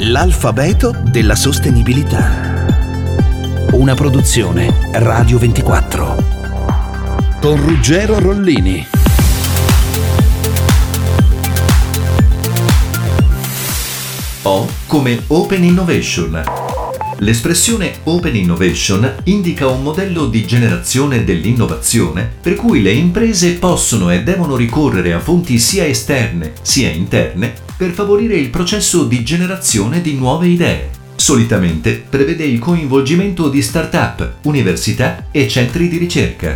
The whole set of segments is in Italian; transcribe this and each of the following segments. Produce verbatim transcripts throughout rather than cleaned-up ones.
L'alfabeto della sostenibilità. Una produzione Radio ventiquattro con Ruggero Rollini. O come Open Innovation. L'espressione Open Innovation indica un modello di generazione dell'innovazione per cui le imprese possono e devono ricorrere a fonti sia esterne sia interne per favorire il processo di generazione di nuove idee. Solitamente prevede il coinvolgimento di start-up, università e centri di ricerca.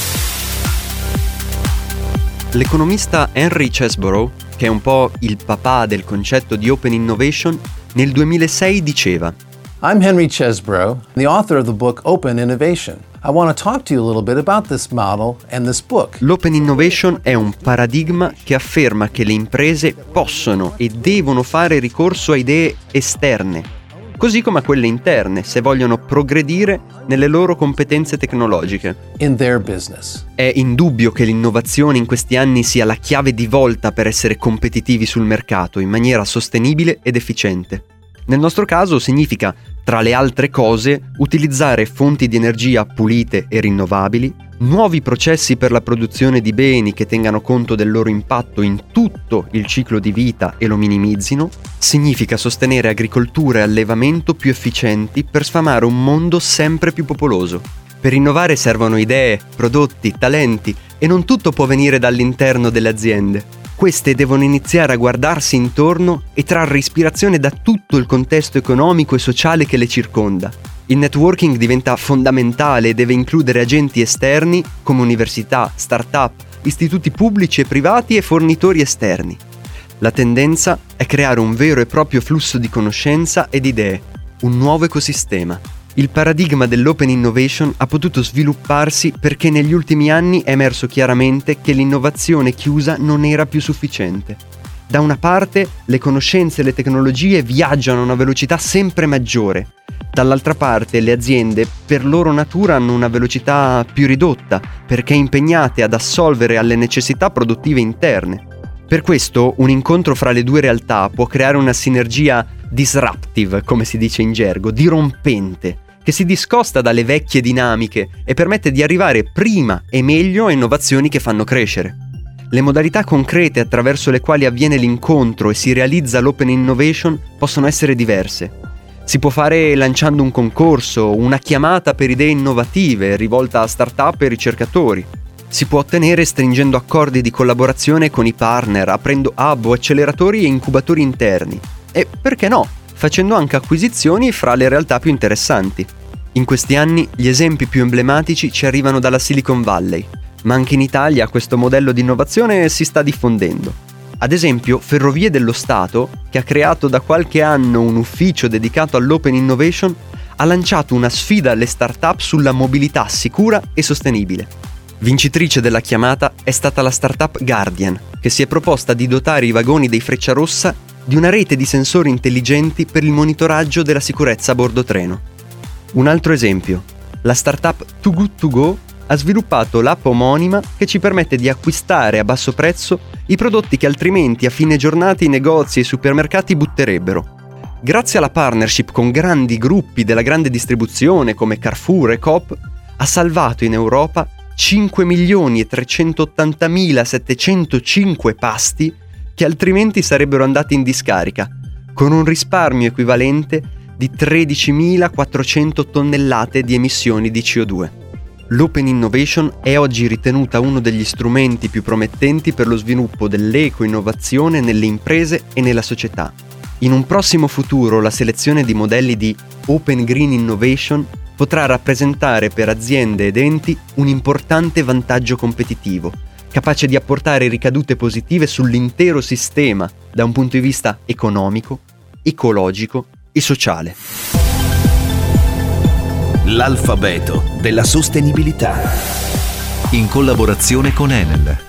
L'economista Henry Chesbrough, che è un po' il papà del concetto di Open Innovation, nel duemilasei diceva: I'm Henry Chesbrough, the author of the book Open Innovation. I want to talk to you a little bit about this model and this book. L'Open Innovation è un paradigma che afferma che le imprese possono e devono fare ricorso a idee esterne, così come a quelle interne, se vogliono progredire nelle loro competenze tecnologiche. In their business. È indubbio che l'innovazione in questi anni sia la chiave di volta per essere competitivi sul mercato in maniera sostenibile ed efficiente. Nel nostro caso significa, tra le altre cose, utilizzare fonti di energia pulite e rinnovabili, nuovi processi per la produzione di beni che tengano conto del loro impatto in tutto il ciclo di vita e lo minimizzino, significa sostenere agricoltura e allevamento più efficienti per sfamare un mondo sempre più popoloso. Per innovare servono idee, prodotti, talenti e non tutto può venire dall'interno delle aziende. Queste devono iniziare a guardarsi intorno e trarre ispirazione da tutto il contesto economico e sociale che le circonda. Il networking diventa fondamentale e deve includere agenti esterni come università, start-up, istituti pubblici e privati e fornitori esterni. La tendenza è creare un vero e proprio flusso di conoscenza ed idee, un nuovo ecosistema. Il paradigma dell'Open Innovation ha potuto svilupparsi perché negli ultimi anni è emerso chiaramente che l'innovazione chiusa non era più sufficiente. Da una parte, le conoscenze e le tecnologie viaggiano a una velocità sempre maggiore. Dall'altra parte, le aziende, per loro natura, hanno una velocità più ridotta, perché impegnate ad assolvere alle necessità produttive interne. Per questo, un incontro fra le due realtà può creare una sinergia disruptive, come si dice in gergo, dirompente, che si discosta dalle vecchie dinamiche e permette di arrivare prima e meglio a innovazioni che fanno crescere. Le modalità concrete attraverso le quali avviene l'incontro e si realizza l'Open Innovation possono essere diverse. Si può fare lanciando un concorso, una chiamata per idee innovative rivolta a start-up e ricercatori. Si può ottenere stringendo accordi di collaborazione con i partner, aprendo hub o acceleratori e incubatori interni. E perché no? Facendo anche acquisizioni fra le realtà più interessanti. In questi anni gli esempi più emblematici ci arrivano dalla Silicon Valley, ma anche in Italia questo modello di innovazione si sta diffondendo. Ad esempio, Ferrovie dello Stato, che ha creato da qualche anno un ufficio dedicato all'Open Innovation, ha lanciato una sfida alle start-up sulla mobilità sicura e sostenibile. Vincitrice della chiamata è stata la startup Guardian, che si è proposta di dotare i vagoni dei Frecciarossa di una rete di sensori intelligenti per il monitoraggio della sicurezza a bordo treno. Un altro esempio, la startup Too Good To Go ha sviluppato l'app omonima che ci permette di acquistare a basso prezzo i prodotti che altrimenti a fine giornata i negozi e i supermercati butterebbero. Grazie alla partnership con grandi gruppi della grande distribuzione come Carrefour e Coop, ha salvato in Europa cinque milioni e trecentottantamila settecentocinque pasti che altrimenti sarebbero andati in discarica, con un risparmio equivalente di tredicimilaquattrocento tonnellate di emissioni di C O due. L'Open Innovation è oggi ritenuta uno degli strumenti più promettenti per lo sviluppo dell'eco-innovazione nelle imprese e nella società. In un prossimo futuro la selezione di modelli di Open Green Innovation potrà rappresentare per aziende ed enti un importante vantaggio competitivo, capace di apportare ricadute positive sull'intero sistema da un punto di vista economico, ecologico e sociale. L'alfabeto della sostenibilità. In collaborazione con Enel.